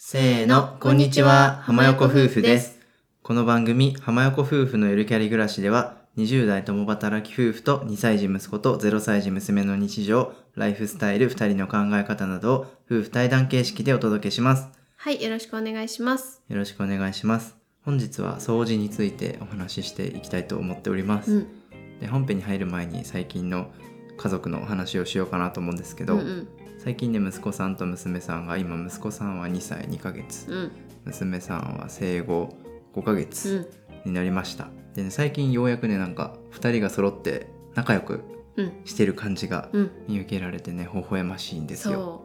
せーの、こんにちは、浜横夫婦です。この番組、浜横夫婦のゆるキャリ暮らしでは、20代共働き夫婦と2歳児息子と0歳児娘の日常、ライフスタイル、2人の考え方などを夫婦対談形式でお届けします。 はい、よろしくお願いします。 よろしくお願いします。本日は掃除についてお話ししていきたいと思っております。で、本編に入る前に最近の家族のお話をしようかなと思うんですけど、最近ね、息子さんと娘さんが、今息子さんは2歳2ヶ月、娘さんは生後5ヶ月になりました。でね、最近ようやくね、なんか2人が揃って仲良くしてる感じが見受けられてね、微笑ましいんですよ。 そう。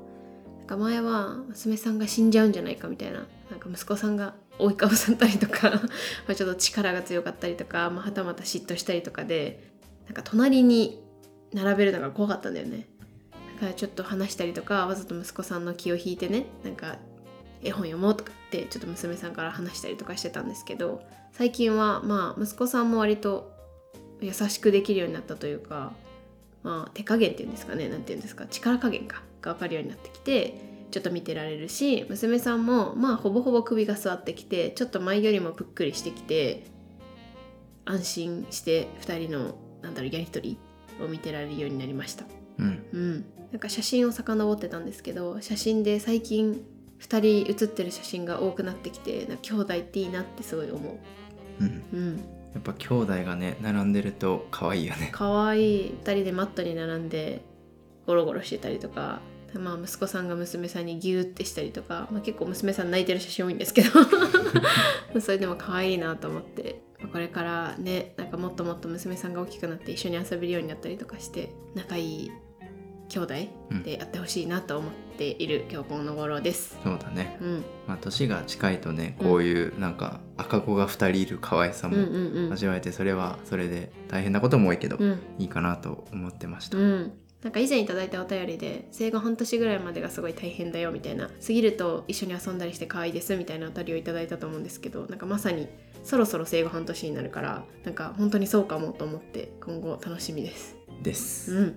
なんか前は娘さんが死んじゃうんじゃないかみたいな、なんか息子さんが覆いかぶさったりとかまあちょっと力が強かったりとか、はたまた嫉妬したりとかで、なんか隣に並べるのが怖かったんだよね。だからちょっと話したりとか、わざと息子さんの気を引いてね、なんか絵本読もうとかってちょっと娘さんから話したりとかしてたんですけど、最近は息子さんも割と優しくできるようになったというか、手加減っていうんですかね、なんていうんですか、力加減が分かるようになってきて、ちょっと見てられるし、娘さんもほぼほぼ首が座ってきて、ちょっと前よりもぷっくりしてきて、安心して2人のやりとりを見てられるようになりました。なんか写真を遡ってたんですけど、写真で最近2人写ってる写真が多くなってきて、なんか兄弟っていいなってすごい思う。 やっぱ兄弟がね、並んでると可愛いよね。 可愛い。2人でマットに並んでゴロゴロしてたりとか、息子さんが娘さんにギューってしたりとか、結構娘さん泣いてる写真多いんですけどそれでも可愛いなと思って、これからね、なんかもっともっと娘さんが大きくなって一緒に遊べるようになったりとかして、仲いい兄弟でやってほしいなと思っている今日この頃です。 そうだね、年が近いとね、こういうなんか赤子が2人いる可愛さも味わえて、それはそれで大変なことも多いけど、いいかなと思ってました。 なんか以前いただいたお便りで、生後半年ぐらいまでがすごい大変だよみたいな、過ぎると一緒に遊んだりして可愛いですみたいなお便りをいただいたと思うんですけど、なんかまさにそろそろ生後半年になるから、なんか本当にそうかもと思って、今後楽しみです。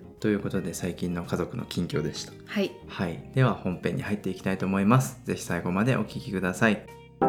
ということで、最近の家族の近況でした。 はい、 では本編に入っていきたいと思います。ぜひ最後までお聞きください。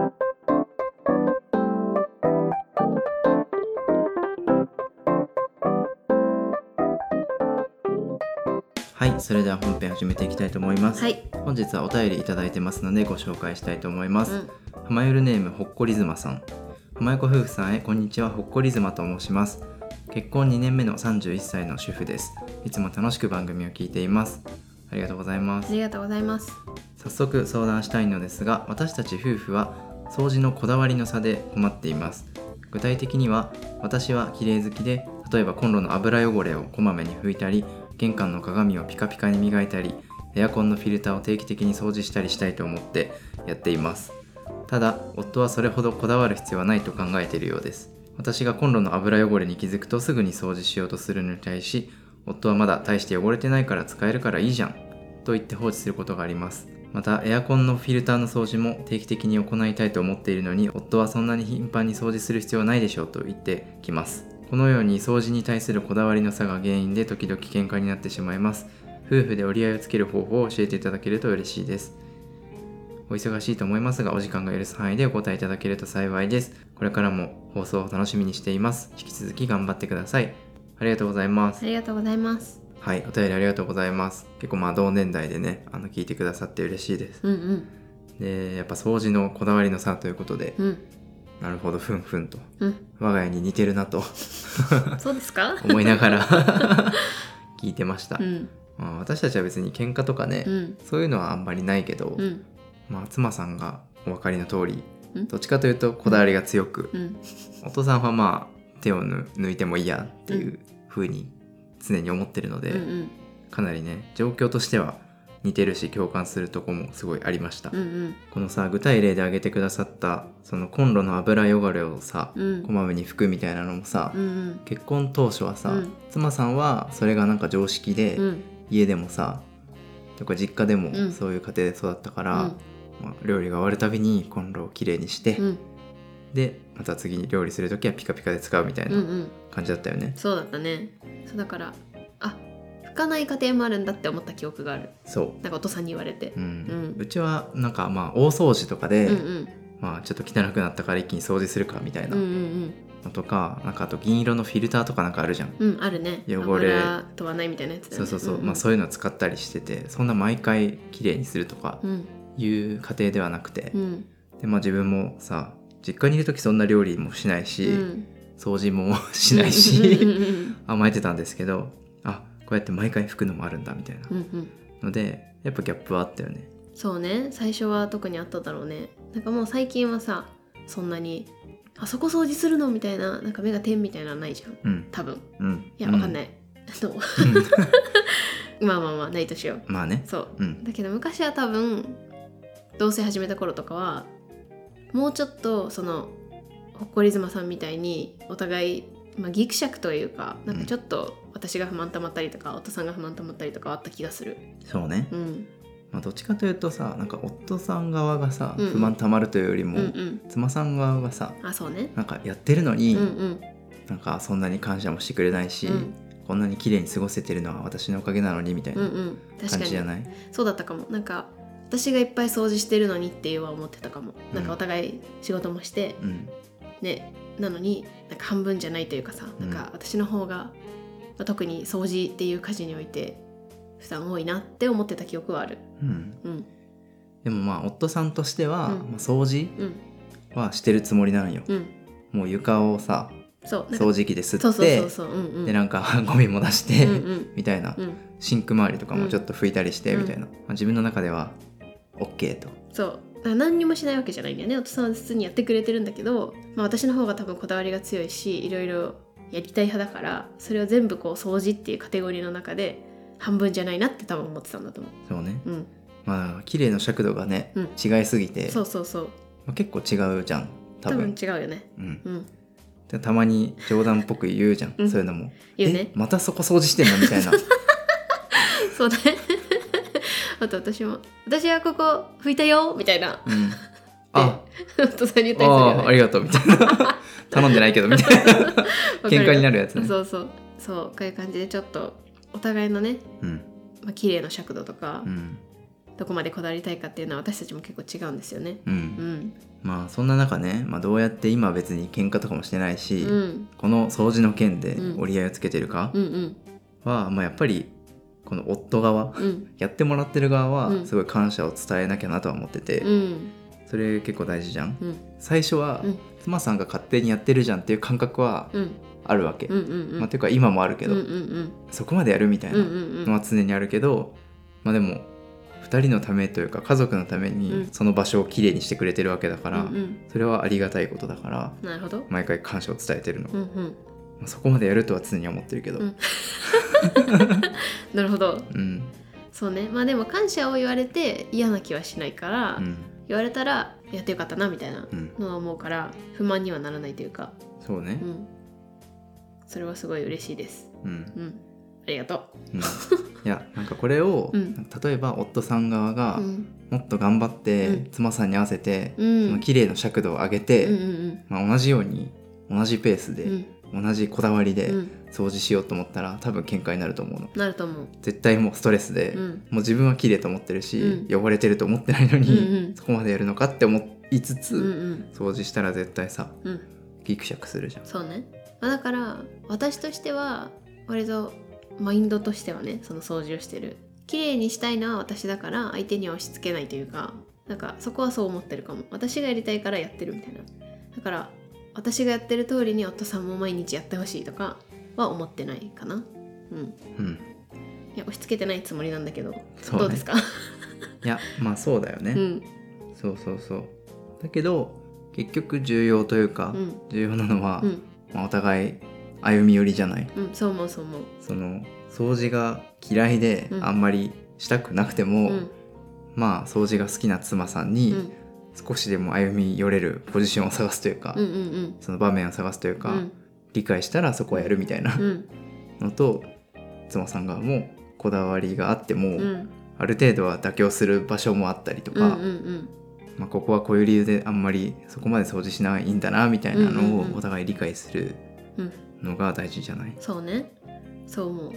それでは本編始めていきたいと思います。本日はお便りいただいてますのでご紹介したいと思います。浜ゆるネームほっこりずまさん。浜横夫婦さんへ、こんにちは、ほっこりずまと申します。結婚2年目の31歳の主婦です。いつも楽しく番組を聞いています。ありがとうございます。 ありがとうございます。 早速相談したいのですが、私たち夫婦は掃除のこだわりの差で困っています。具体的には、私は綺麗好きで、例えばコンロの油汚れをこまめに拭いたり、玄関の鏡をピカピカに磨いたり、エアコンのフィルターを定期的に掃除したりしたいと思ってやっています。ただ、夫はそれほどこだわる必要はないと考えているようです。私がコンロの油汚れに気づくとすぐに掃除しようとするのに対し、夫はまだ大して汚れてないから使えるからいいじゃんと言って放置することがあります。また、エアコンのフィルターの掃除も定期的に行いたいと思っているのに、夫はそんなに頻繁に掃除する必要はないでしょうと言ってきます。このように掃除に対するこだわりの差が原因で時々喧嘩になってしまいます。夫婦で折り合いをつける方法を教えていただけると嬉しいです。お忙しいと思いますが、お時間が許す範囲でお答えいただけると幸いです。これからも放送を楽しみにしています。引き続き頑張ってください。ありがとうございます。 ありがとうございます。 お便りありがとうございます。結構同年代でね、聞いてくださって嬉しいです。で、やっぱ掃除のこだわりの差ということで、なるほど、ふんふんと、我が家に似てるなとそうですか思いながら聞いてました。私たちは別に喧嘩とかね、そういうのはあんまりないけど、妻さんがお分かりの通り、どっちかというとこだわりが強く、お父さんは手を抜いてもいいやっていう風に常に思ってるので、かなりね、状況としては似てるし共感するとこもすごいありました。このさ、具体例で挙げてくださったそのコンロの油汚れをさ、こまめに拭くみたいなのもさ、結婚当初はさ、妻さんはそれがなんか常識で、家でもさとか実家でもそういう家庭で育ったから、料理が終わるたびにコンロをきれいにして、でまた次に料理するときはピカピカで使うみたいな感じだったよね。 そうだったね。そうだから、 拭かない家庭もあるんだって思った記憶がある。 そなんかお父さんに言われて、 う、うちはなんかまあ大掃除とかで、 うんうんまあちょっと汚くなったから一気に掃除するかみたいなうんうんのとか、なんかあと銀色のフィルターとかなんかあるじゃん。 うんあるね。 汚れ油飛ばないみたいなやつだよね。 そうそうそう、 んんまあそういうのを使ったりしてて、そんな毎回きれいにするとかうんいう家庭ではなくて、 うんでまあ自分もさ実家にいる時そんな料理もしないし、 うん掃除もしないうんしうん甘えてたんですけど、あこうやって毎回拭くのもあるんだみたいなうんうんので、やっぱギャップはあったよね。 そうね、最初は特にあっただろうね。なんかもう最近はさ、そんなにあそこ掃除するのみたいな、なんか目が点みたいなのないじゃんうん多分。 うんいやわかんないい、まあまあまあないとしよう。 まあね。 そううんだけど昔は多分同棲始めた頃とかはもうちょっとそのほっこり妻さんみたいにお互い、まあ、ギクシャクというか、なんかちょっと私が不満溜まったりとか夫さんが不満溜まったりとかあった気がする。 そうね、 うんまあ、どっちかというとさ、なんか夫さん側がさ、 うんうん不満たまるというよりも、 うんうん妻さん側がさあそうねなんかやってるのに、 うんうんなんかそんなに感謝もしてくれないし、 うんこんなに綺麗に過ごせてるのは私のおかげなのにみたいなうんうん確かに感じじゃない？ そうだったかも。なんか私がいっぱい掃除してるのにっていうは思ってたかも。なんかお互い仕事もして、 うんね、なのになんか半分じゃないというかさ、なんか私の方が、まあ、特に掃除っていう家事において負担多いなって思ってた記憶はある。 うんうんでもまあ夫さんとしては、 うんまあ掃除うんはしてるつもりなんよ。 うんもう床をさそうなんか掃除機で吸って、 そうそうそうそううんうんでなんかゴミも出して、 うんうんみたいな、 うんシンク周りとかもちょっと拭いたりして、 うんみたいな、まあ、自分の中では OK と。 そうだから何にもしないわけじゃないんだよね。夫さんは普通にやってくれてるんだけど、まあ、私の方が多分こだわりが強いしいろいろやりたい派だから、それを全部こう掃除っていうカテゴリーの中で半分じゃないなって多分思ってたんだと思そうね、 う。うんまあ綺麗の尺度がね、 うん違いすぎて、 そうそうそうまあ、結構違うじゃん多多分。 分違うよね。 うんうんでたまに冗談っぽく言うじゃん、 うんそういうのも。 言うねまたそこ掃除してんのみたいな。 そうだねあと私も私はここ拭いたよみたいなうん、あ夫さんに言ったりするよね。 ありがとうみたいな。頼んでないけどみたいな喧嘩になるやつね。 そうそうそうこういう感じでちょっとお互いのね、 うんまあ綺麗の尺度とか、 うんどこまでこだわりたいかっていうのは私たちも結構違うんですよね。 う、 うんんまあそんな中ね、まあ、どうやって今別に喧嘩とかもしてないし、 うんこの掃除の件でうん折り合いをつけてるかうんうんは、まあ、やっぱりこの夫側、 うんやってもらってる側はうんすごい感謝を伝えなきゃなとは思ってて、 うんそれ結構大事じゃん。 うん最初は、 うん妻さんが勝手にやってるじゃんっていう感覚はうんあるわけ、 うんうんうんまあ、ていうか今もあるけど、 うんうんそこまでやるみたいうんうなんうんのは常にあるけど、まあでも2人のためというか家族のためうんにその場所をきれいにしてくれてるわけだから、 うんうんそれはありがたいことだからなるほど。 毎回感謝を伝えてるの、 うんうんまあ、そこまでやるとは常に思ってるけど、 うんなるほど。 うんそうね。まあでも感謝を言われて嫌な気はしないから、 うん言われたらやってよかったなみたいなうんのは思うから不満にはならないというか、 そうねうん、それはすごい嬉しいです。 うん、 うん、ありがとうん、いやなんかこれを、 うん例えば夫さん側がう。うんもっと頑張って、 うん妻さんに合わせて、 うんその綺麗の尺度を上げて、 うんうんまあ、同じように同じペースで、 うん同じこだわりでうん掃除しようと思ったら多分喧嘩になると思うの。 なると思う。 絶対もうストレスで、 うんもう自分は綺麗と思ってるし、 う汚れてると思ってないのに、 うんうんそこまでやるのかって思いつつ、 うんうん掃除したら絶対さうんギクシャクするじゃん。 そうね。まあ、だから私としては割とマインドとしてはね、その掃除をしてる。綺麗にしたいのは私だから相手には押し付けないというか、なんかそこはそう思ってるかも。私がやりたいからやってるみたいな。だから私がやってる通りに夫さんも毎日やってほしいとかは思ってないかな。うん。 うん、 いや押し付けてないつもりなんだけど、 そうねどうですか？ いやまあそうだよね、 うんそうそうそう。だけど結局重要というか、 うん重要なのは、 うんまあ、お互い歩み寄りじゃない。 うんそう思うそう思う。 その掃除が嫌いで、 うんあんまりしたくなくても、 うんまあ掃除が好きな妻さんにうん少しでも歩み寄れるポジションを探すというか、 うんうんその場面を探すというか、 うん理解したらそこはやるみたいなうんのと、妻さん側もこだわりがあっても、 うんある程度は妥協する場所もあったりとうんうんか、 うんまあ、ここはこういう理由であんまりそこまで掃除しないんだなみたいなのをうんうんうんお互い理解するうんのが大事じゃない？ そうね。そう思う。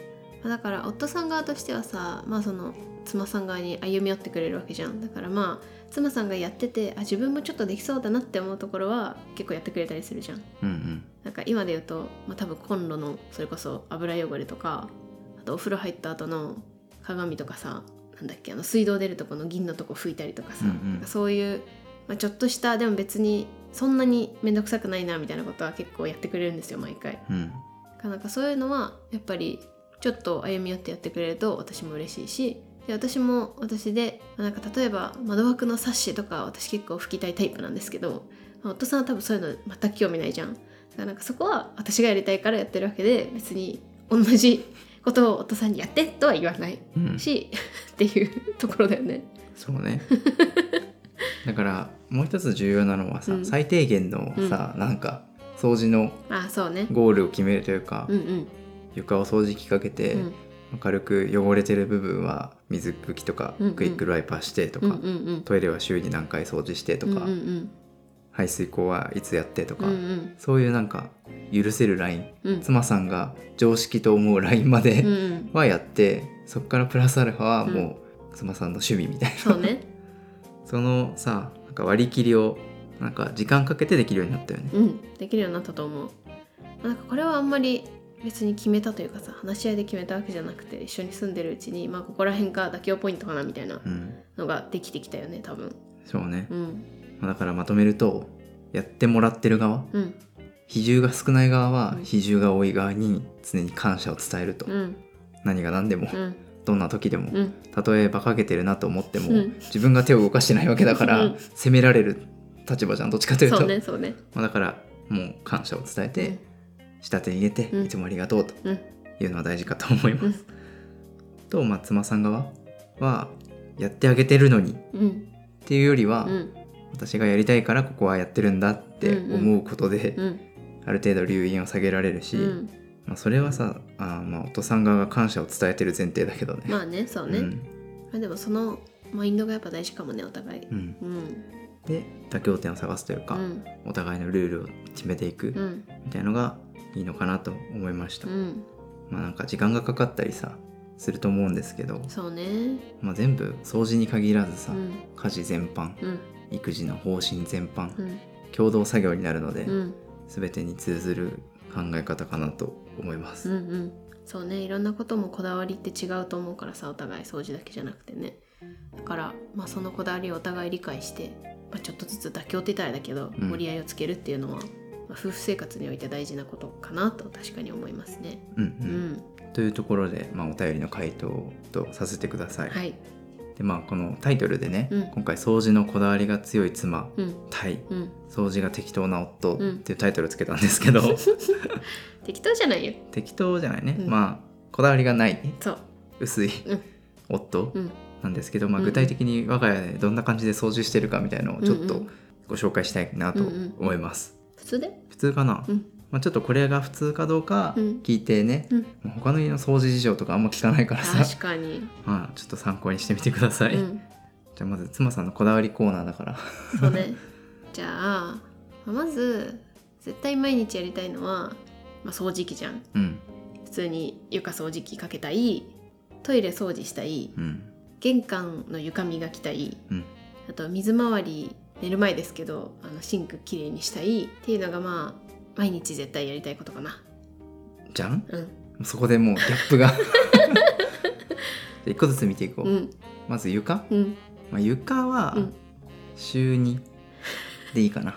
だから夫さん側としてはさ、その妻さん側に歩み寄ってくれるわけじゃん。だから妻さんがやってて自分もちょっとできそうだなって思うところは結構やってくれたりするじゃん。 うんうん。 なんか今で言うと、多分コンロのそれこそ油汚れとか、あとお風呂入った後の鏡とかさ、なんだっけ、水道出るとこの銀のとこ拭いたりとかさ、なんかそういう、ちょっとしたでも別にそんなに面倒くさくないなみたいなことは結構やってくれるんですよ毎回。なんかそういうのはやっぱりちょっと歩み寄ってやってくれると私も嬉しいし、で私も私でなんか例えば窓枠のサッシとか私結構拭きたいタイプなんですけど、夫さんは多分そういうの全く興味ないじゃん。だからなんかそこは私がやりたいからやってるわけで、別に同じことを夫さんにやってとは言わないし、っていうところだよね。 そうね。だからもう一つ重要なのはさ、最低限のさ、なんか掃除のゴールを決めるというか、床を掃除機かけて、軽く汚れてる部分は水拭きとか、クイックルワイパーしてとか、トイレは週に何回掃除してとか、排水口はいつやってとか、そういうなんか許せるライン、妻さんが常識と思うラインまではやって、そこからプラスアルファはもう妻さんの趣味みたいな、 そうねそのさ、なんか割り切りをなんか時間かけてできるようになったよね。 できるようになったと思う。なんかこれはあんまり別に決めたというかさ、話し合いで決めたわけじゃなくて、一緒に住んでるうちにここら辺か妥協ポイントかなみたいなのができてきたよね、多分。 そうね、だからまとめると、やってもらってる側、比重が少ない側は比重が多い側に常に感謝を伝えると、何が何でも、どんな時でも、たとえ馬鹿げてるなと思っても、自分が手を動かしてないわけだから、責められる立場じゃん、どっちかというと。 そうね。 だからもう感謝を伝えて、下手に入れて、いつもありがとうというのは大事かと思います。と、妻さん側はやってあげてるのに、っていうよりは、私がやりたいからここはやってるんだって思うことで、ある程度留飲を下げられるし、それはさ、お父さん側が感謝を伝えてる前提だけどね。 そうね、でもそのマインドがやっぱ大事かもね、お互い。 で、妥協点を探すというか、お互いのルールを決めていくみたいのがいいのかなと思いました。なんか時間がかかったりさすると思うんですけど、 そうね、 全部掃除に限らずさ、家事全般、育児の方針全般、共同作業になるので、全てに通ずる考え方かなと思います。 そうね、いろんなこともこだわりって違うと思うからさ、お互い掃除だけじゃなくてね。だからそのこだわりをお互い理解して、ちょっとずつ妥協って言ったらあれだけど、折り合いをつけるっていうのは、夫婦生活において大事なことかなと確かに思いますね。 というところで、お便りの回答とさせてください。で、このタイトルでね、今回掃除のこだわりが強い妻、対、掃除が適当な夫っていうタイトルをつけたんですけど、 適当じゃないよ。 適当じゃないね、こだわりがない、薄い、夫なんですけど、具体的に我が家でどんな感じで掃除してるかみたいなのをちょっとご紹介したいなと思います。 普通かな、ちょっとこれが普通かどうか聞いてね、他の家の掃除事情とかあんま聞かないからさ、 確かに、 ちょっと参考にしてみてください。じゃあまず妻さんのこだわりコーナーだから。 そうね。じゃあまず絶対毎日やりたいのは、掃除機じゃん。普通に床掃除機かけたい、トイレ掃除したい、玄関の床磨きたい、あと水回り寝る前ですけどシンクきれいにしたいっていうのが毎日絶対やりたいことかな。 じゃん、そこでもうギャップが一個ずつ見ていこう。まず床、床は週2でいいかな。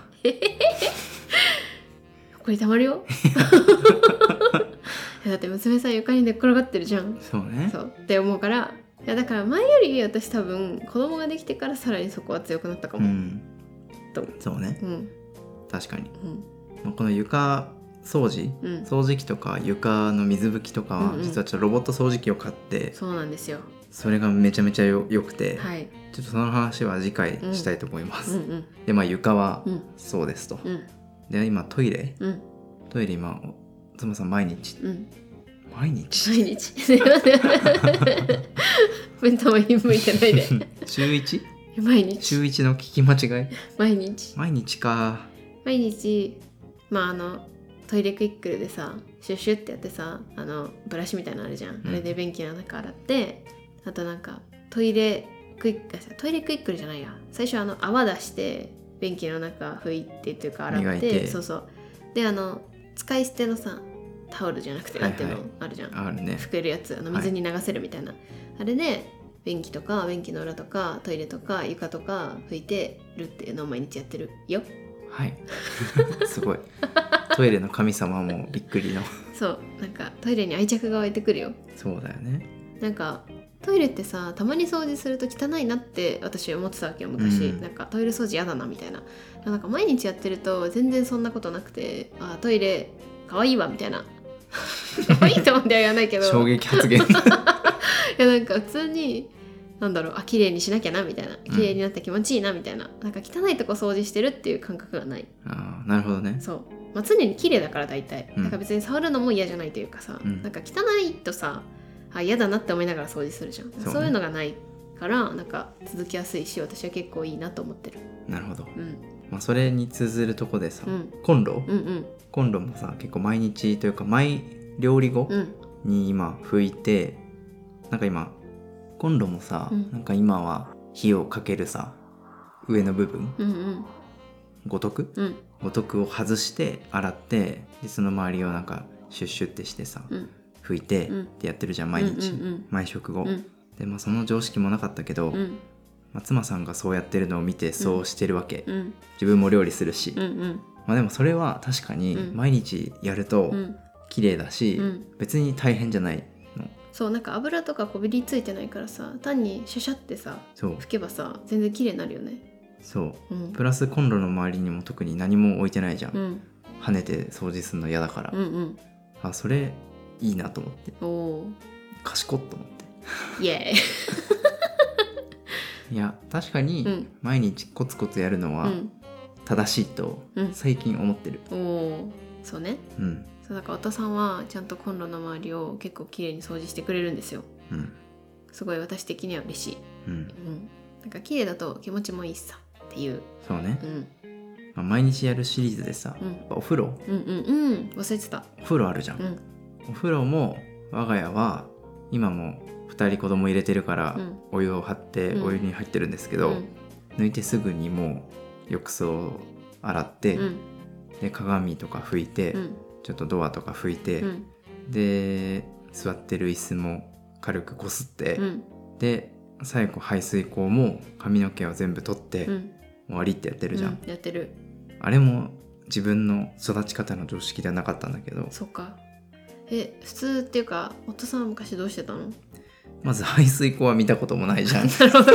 これたまるよ。だって娘さん床に寝っ転がってるじゃん。 そうね。 そうって思うから、だから前より私多分子供ができてからさらにそこは強くなったかも。 そうね、確かに、この床掃除、掃除機とか床の水拭きとかは、実はちょっとロボット掃除機を買って、 そうなんですよ。 それがめちゃめちゃよくて、ちょっとその話は次回したいと思います。で、床はそうですと。で、今トイレ今妻さん毎日弁当は向いてないで。 週 1？ 毎日。 週1の聞き間違い。 毎日か。 毎日トイレクイックルでさシュッシュってやってさブラシみたいなのあるじゃん、 うんあれで便器の中洗って、あとなんかトイレクイックルじゃないや、最初泡出して便器の中拭いてっていうか洗って磨いて、 そうそうで使い捨てのさタオルじゃなくてなんていうの、あるじゃん、 あるね。 拭けるやつ水に流せるみたいな、あれで便器とか便器の裏とかトイレとか床とか拭いてるっていうのを毎日やってるよ。 はいすごい。トイレの神様もびっくりのそうなんかトイレに愛着が湧いてくるよ。 そうだよね。 なんかトイレってさたまに掃除すると汚いなって私思ってたわけよ昔、 うんなんかトイレ掃除やだなみたいな。なんか毎日やってると全然そんなことなくて、トイレかわいいわみたいなかわいいと思っては言わないけど衝撃発言いやなんか普通になんだろう、綺麗にしなきゃなみたいな、綺麗になって気持ちいいなみたいな、なんか汚いとこ掃除してるっていう感覚がない。 なるほどね。 そう、常に綺麗だから大体、 うんなんか別に触るのも嫌じゃないというかさ、なんか汚いとさ嫌だなって思いながら掃除するじゃん。そういうのがないからなんか続きやすいし、私は結構いいなと思ってる。 なるほど、それに通ずるとこでさ、コンロもさ結構毎日というか毎料理後に今拭いて、なんか今コンロもさ、なんか今は火をかけるさ上の部分、五徳を外して洗って、でその周りをなんかシュッシュってしてさ、拭いてってやってるじゃん毎日、毎食後、でその常識もなかったけど、妻さんがそうやってるのを見てそうしてるわけ、自分も料理するし、でもそれは確かに毎日やると綺麗だし、別に大変じゃないの。 そうなんか油とかこびりついてないからさ、単にシャシャってさ拭けばさ全然綺麗になるよね。 そう、プラスコンロの周りにも特に何も置いてないじゃん、跳ねて掃除するの嫌だから、それいいなと思って、賢っと思ってイエーイいや確かに毎日コツコツやるのは正しいと最近思ってる。 そうね、そうだからお父さんはちゃんとコンロの周りを結構きれいに掃除してくれるんですよ、すごい私的には嬉しい、なんかきれいだと気持ちもいいしさっていう。 そうね、毎日やるシリーズでさ、お風呂、 忘れてた。 お風呂あるじゃん、お風呂も我が家は今も2人子供入れてるから、お湯を張ってお湯に入ってるんですけど、抜いてすぐにもう浴槽を洗って、で鏡とか拭いて、ちょっとドアとか拭いて、で座ってる椅子も軽くこすって、で最後排水口も髪の毛を全部取って、終わりってやってるじゃん、 やってる。 あれも自分の育ち方の常識ではなかったんだけど。 そっか。普通っていうか夫さんは昔どうしてたの？ まず排水口は見たこともないじゃんなるほど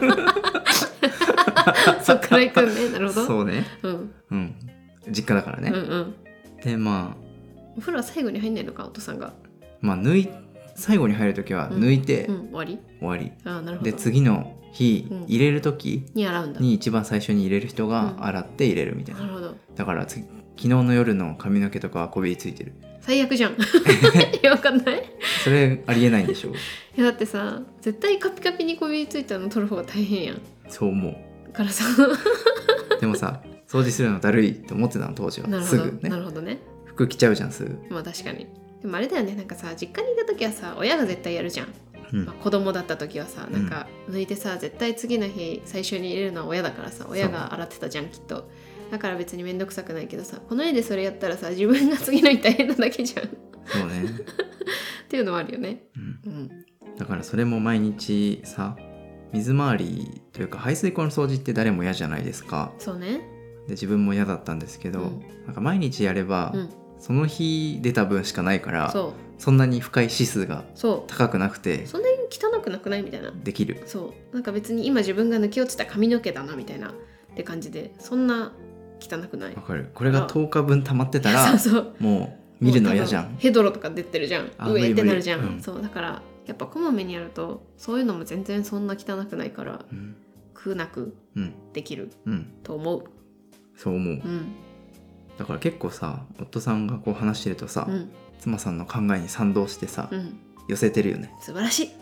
そっから行くんね。なるほど。 そうね、実家だからね、でお風呂は最後に入んないのか、お父さんが。 最後に入るときは抜いて、 終わり。なるほど。 で次の日、入れるときに洗うんだ。 に一番最初に入れる人が洗って入れるみたいな、 なるほど。 だから昨日の夜の髪の毛とかはこびりついてる。 最悪じゃんわかんない。 それありえないんでしょ。 いやだってさ、絶対カピカピにこびりついたの取る方が大変やん。 そう思う。 だからさでもさ、掃除するのだるいと思ってたの当時は。すぐね。 なるほどね。 服着ちゃうじゃんすぐ。 まあ確かに。でもあれだよね、なんかさ、実家にいた時はさ親が絶対やるじゃん、子供だった時はさ、なんか抜いてさ、絶対次の日最初に入れるのは親だからさ、親が洗ってたじゃんきっと。だから別にめんどくさくないけどさ、この家でそれやったらさ、自分が次の日大変なだけじゃんそうねっていうのもあるよね、 だからそれも毎日さ、水回りというか排水口の掃除って誰も嫌じゃないですか。 そうね。 で自分も嫌だったんですけど、なんか毎日やれば、その日出た分しかないから、そんなに不快指数が高くなくて、 そんなに汚くなくないみたいな。 できる。 そうなんか別に今自分が抜け落ちた髪の毛だなみたいなって感じで、そんな汚くない。 わかる。これが10日分溜まってたらもう見るの嫌じゃん。 ヘドロとか出てるじゃん、上ってなるじゃん、そうだからやっぱこまめにやるとそういうのも全然そんな汚くないから、苦なくできる、と思う。 そう思う、だから結構さ、夫さんがこう話してるとさ、妻さんの考えに賛同してさ、寄せてるよね。 素晴らしい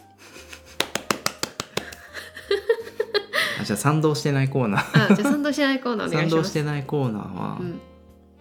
じゃあ賛同してないコーナーじゃあ賛同してないコーナーお願いします。 賛同してないコーナーは、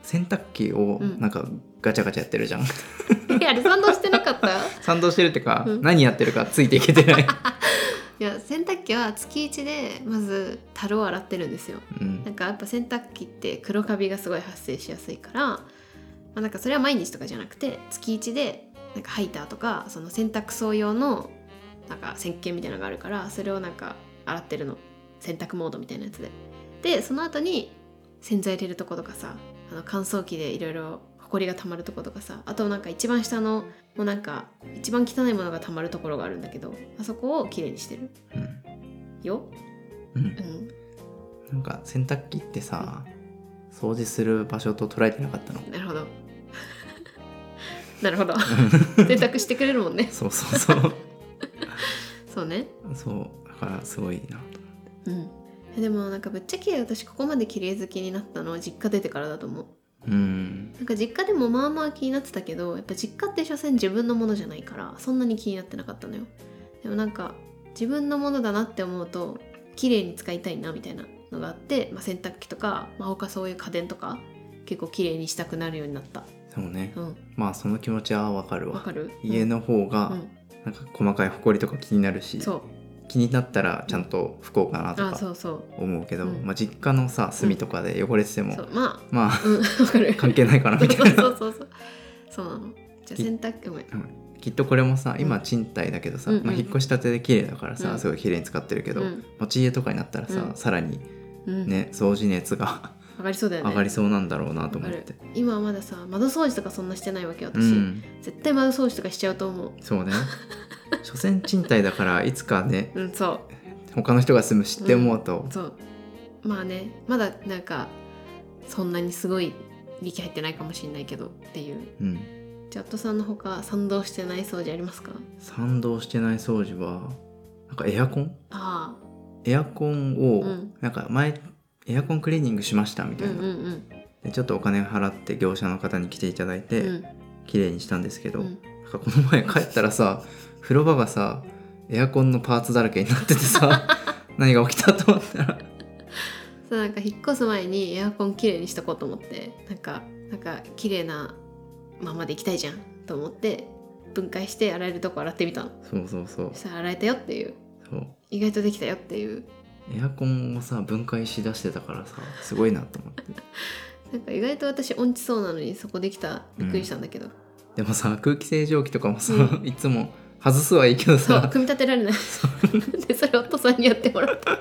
洗濯機をなんかガチャガチャやってるじゃん、 あれ賛同してなかった賛同してるってか、 うん何やってるかついていけてないいや洗濯機は月1でまず樽を洗ってるんですよ。 うんなんかやっぱ洗濯機って黒カビがすごい発生しやすいから、まあ、なんかそれは毎日とかじゃなくて月1でなんかハイターとかその洗濯槽用のなんか石鹸みたいなのがあるから、それをなんか洗ってるの、洗濯モードみたいなやつでその後に洗剤入れるとことかさ、乾燥機でいろいろホコリが溜まるとことかさ、あとなんか一番下のもうなんか一番汚いものが溜まるところがあるんだけど、あそこをきれいにしてるうんよ。 うんうんなんか洗濯機ってさ、掃除する場所と捉えてなかったの。 なるほどなるほど洗濯してくれるもんね。 そうそうそうそうね。 そうだからすごいなと。 うん。でもなんかぶっちゃけ私ここまで綺麗好きになったのは実家出てからだと思う。 うんなんか実家でもまあまあ気になってたけど、やっぱ実家って所詮自分のものじゃないからそんなに気になってなかったのよ。でもなんか自分のものだなって思うと綺麗に使いたいなみたいなのがあって、まあ、洗濯機とか、まあ、他そういう家電とか結構綺麗にしたくなるようになった。 そうね、 うん。 まあその気持ちはわかるわ。 わかる？ 家の方がうんなんか細かいほこりとか気になるし、 そう。 気になったらちゃんと拭こうかなとあ、 かそうそう。 思うけど、 うんまあ、実家のさ隅とかで汚れてても、 そうまあまあうんわかる。 関係ないかなみたいなそうそうそうそうなの。じゃあ洗濯機ごめん。 きっとこれもさ今賃貸だけどさ、 うんうんまあ、引っ越したてで綺麗だからさ、 うんすごい綺麗に使ってるけど、 うん持ち家とかになったらさ、 うんさらにうん、 ね掃除熱が上がりそうだよね。 上がりそうなんだろうなと思わかるって。 今はまださ窓掃除とかそんなしてないわけ私、 うん絶対窓掃除とかしちゃうと思う。 そうね所詮賃貸だからいつかねうんそう他の人が住むしって思うと、 そうまあねまだなんかそんなにすごい力入ってないかもしれないけどっていう。 うん、 ジャットさんのほか賛同してない掃除ありますか？ 賛同してない掃除はなんかエアコンあエアコンを、 うんなんか前エアコンクリーニングしましたみあうんたいな、 うんでちょっとお金払って業者の方に来ていただいて、 うん綺麗にしたんですけど、 うんなんかこの前帰ったらさ風呂場がさエアコンのパーツだらけになっててさ何が起きたと思ったらそうなんか引っ越す前にエアコンきれいにしとこうと思ってなんか綺麗なままで行きたいじゃんと思って分解して洗えるとこ洗ってみたの。 そうそうそうそしたら洗えたよっていう、 そう意外とできたよっていう。 エアコンをさ分解しだしてたからさすごいなと思ってなんか意外と私音痴そうなのにそこできた、びっくりしたんだけど、 でもさ空気清浄機とかもさ、 ういつも外すはいいけどさそう組み立てられないでそれ夫さんにやってもらった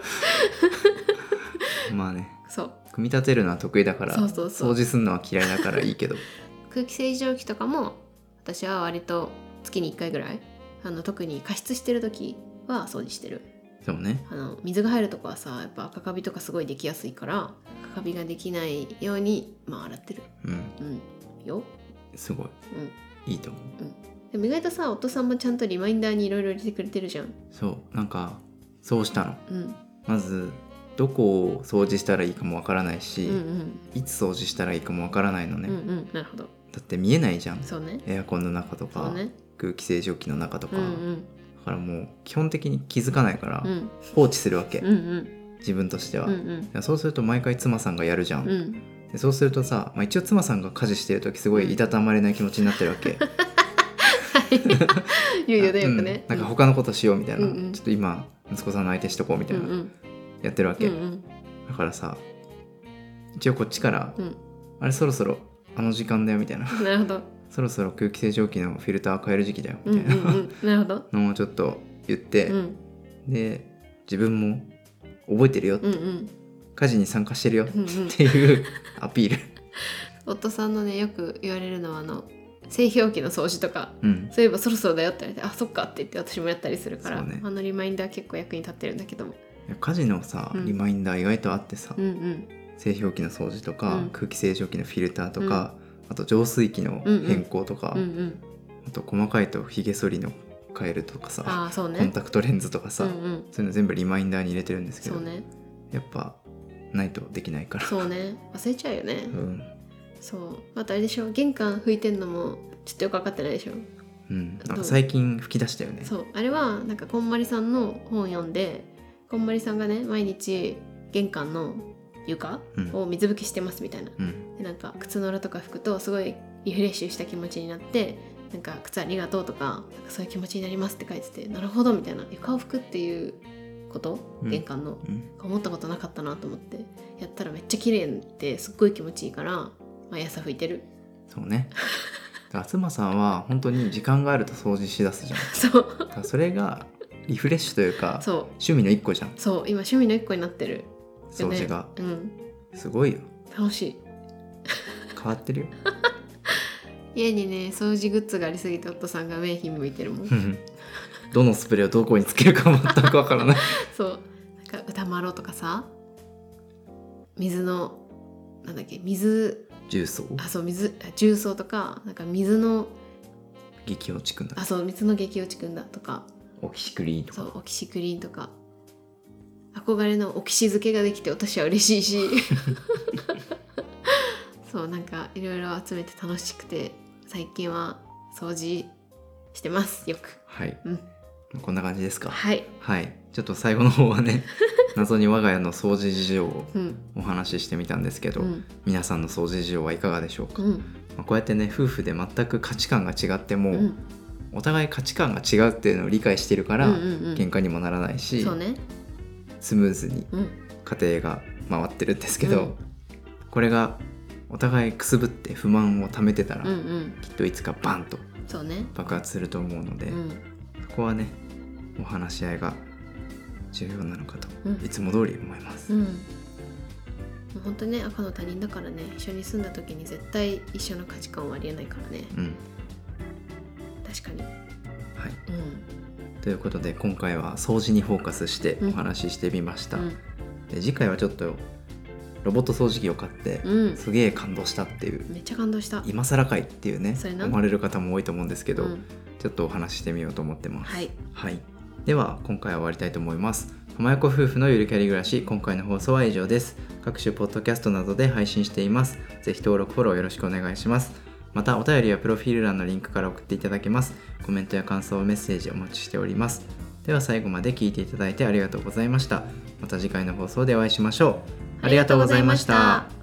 まあねそう組み立てるのは得意だからそうそうそう掃除するのは嫌いだからいいけど空気清浄機とかも私は割と月に1回ぐらい特に加湿してる時は掃除してる。 そうね水が入るとこはさやっぱ赤カビとかすごいできやすいから赤カビができないようにまあ洗ってる。 うんうんよ。 すごいうんいいと思う。 でも意外とさ夫さんもちゃんとリマインダーにいろいろ入れてくれてるじゃん。 そうなんかそうしたの。 うんまずどこを掃除したらいいかもわからないし、 うんうんいつ掃除したらいいかもわからないのね、 うんうんなるほど。 だって見えないじゃんそうねエアコンの中とか、 そうね空気清浄機の中とか、 うんうんだからもう基本的に気づかないからうん放置するわけ、 うんうん自分としては、 うんうんいやそうすると毎回妻さんがやるじゃん、 うんでそうするとさ、まあ、一応妻さんが家事してる時すごいいたたまれない気持ちになってるわけ言うよねよくね。 なんか他のことしようみたいな、 うんうんちょっと今息子さんの相手しとこうみたいな、 うんうんやってるわけ、 うんうんだからさ一応こっちから、 うんあれそろそろあの時間だよみたいななるほど。 そろそろ空気清浄機のフィルター変える時期だよみたいなうんうんうんなるほど。 のをちょっと言って、 うんで自分も覚えてるよ、 うんうん家事に参加してるよっうんうんていうアピール夫さんのねよく言われるのは製氷機の掃除とかうんそういえばそろそろだよって言われてあそっかって言って私もやったりするから、 そうねリマインダー結構役に立ってるんだけど。 いや家事のさうんリマインダー意外とあってさ、 うんうん製氷機の掃除とか、 うん空気清浄機のフィルターとか、あと浄水器の変更とか、 うんうんあと細かいとひげ剃りの変えるとかさ、 ああそうね。 コンタクトレンズとかさ、 うんうんそういうの全部リマインダーに入れてるんですけど、 そうねやっぱないとできないからそうね忘れちゃうよね。 うん、 そうまたあれでしょ玄関拭いてんのもちょっとよく分かってないでしょ。 うん、なんか最近吹き出したよね。 そうあれはなんかこんまりさんの本読んでこんまりさんがね毎日玄関の床うんを水拭きしてますみたいな、 うんでなんか靴の裏とか拭くとすごいリフレッシュした気持ちになって、なんか靴ありがとうとか、なんかそういう気持ちになりますって書いてて、なるほどみたいな、床を拭くっていうことうん玄関の、 うん思ったことなかったなと思って、やったらめっちゃ綺麗ですっごい気持ちいいから、毎朝拭いてる。 そうね。だから妻さんは本当に時間があると掃除しだすじゃん。 そうだからそれがリフレッシュというかそう趣味の一個じゃん。 そう今趣味の一個になってるよね。 掃除がうんすごいよ。 楽しい。 変わってるよ。 家にね掃除グッズがありすぎて夫さんが目ひん向いてるもん。 どのスプレーをどこにつけるか全くわからない。 そうなんか歌丸とかさ、水のなんだっけ水重曹重曹とか、なんか水の激落ちくんだ。 そう水の激落ちくんだとか、 オキシクリーンとか。 そうオキシクリーンとか、憧れのオキシ漬けができて私は嬉しいしそうなんかいろいろ集めて楽しくて、最近は掃除してますよく。 はい、 うん、 こんな感じですか。 はいはい、ちょっと最後の方はね謎に我が家の掃除事情をうんお話ししてみたんですけど、 うん皆さんの掃除事情はいかがでしょうか。 うんまあこうやってね夫婦で全く価値観が違っても、 うんお互い価値観が違うっていうのを理解しているから、 うんうんうん喧嘩にもならないし、 そうね。 スムーズにうん家庭が回ってるんですけど、 うんこれがお互いくすぶって不満を溜めてたら、 うんうんきっといつかバンとそうね。 爆発すると思うので、 うんそこはねお話し合いが重要なのかと、 うんいつも通り思います。 うん、もう本当ね赤の他人だからね、一緒に住んだ時に絶対一緒の価値観はありえないからね。 うん確かに。 はい、 うんということで今回は掃除にフォーカスしてお話ししてみました。 うんで次回はちょっとロボット掃除機を買って、 うんすげえ感動したっていう、 めっちゃ感動した。 今更かいっていうねそれな思われる方も多いと思うんですけど、 うんちょっとお話ししてみようと思ってます。 はいはい、では今回は終わりたいと思います。浜横夫婦のゆるキャリ暮らし、今回の放送は以上です。各種ポッドキャストなどで配信しています。ぜひ登録フォローよろしくお願いします。またお便りはプロフィール欄のリンクから送っていただけます。コメントや感想メッセージお待ちしております。では最後まで聞いていただいてありがとうございました。また次回の放送でお会いしましょう。ありがとうございました。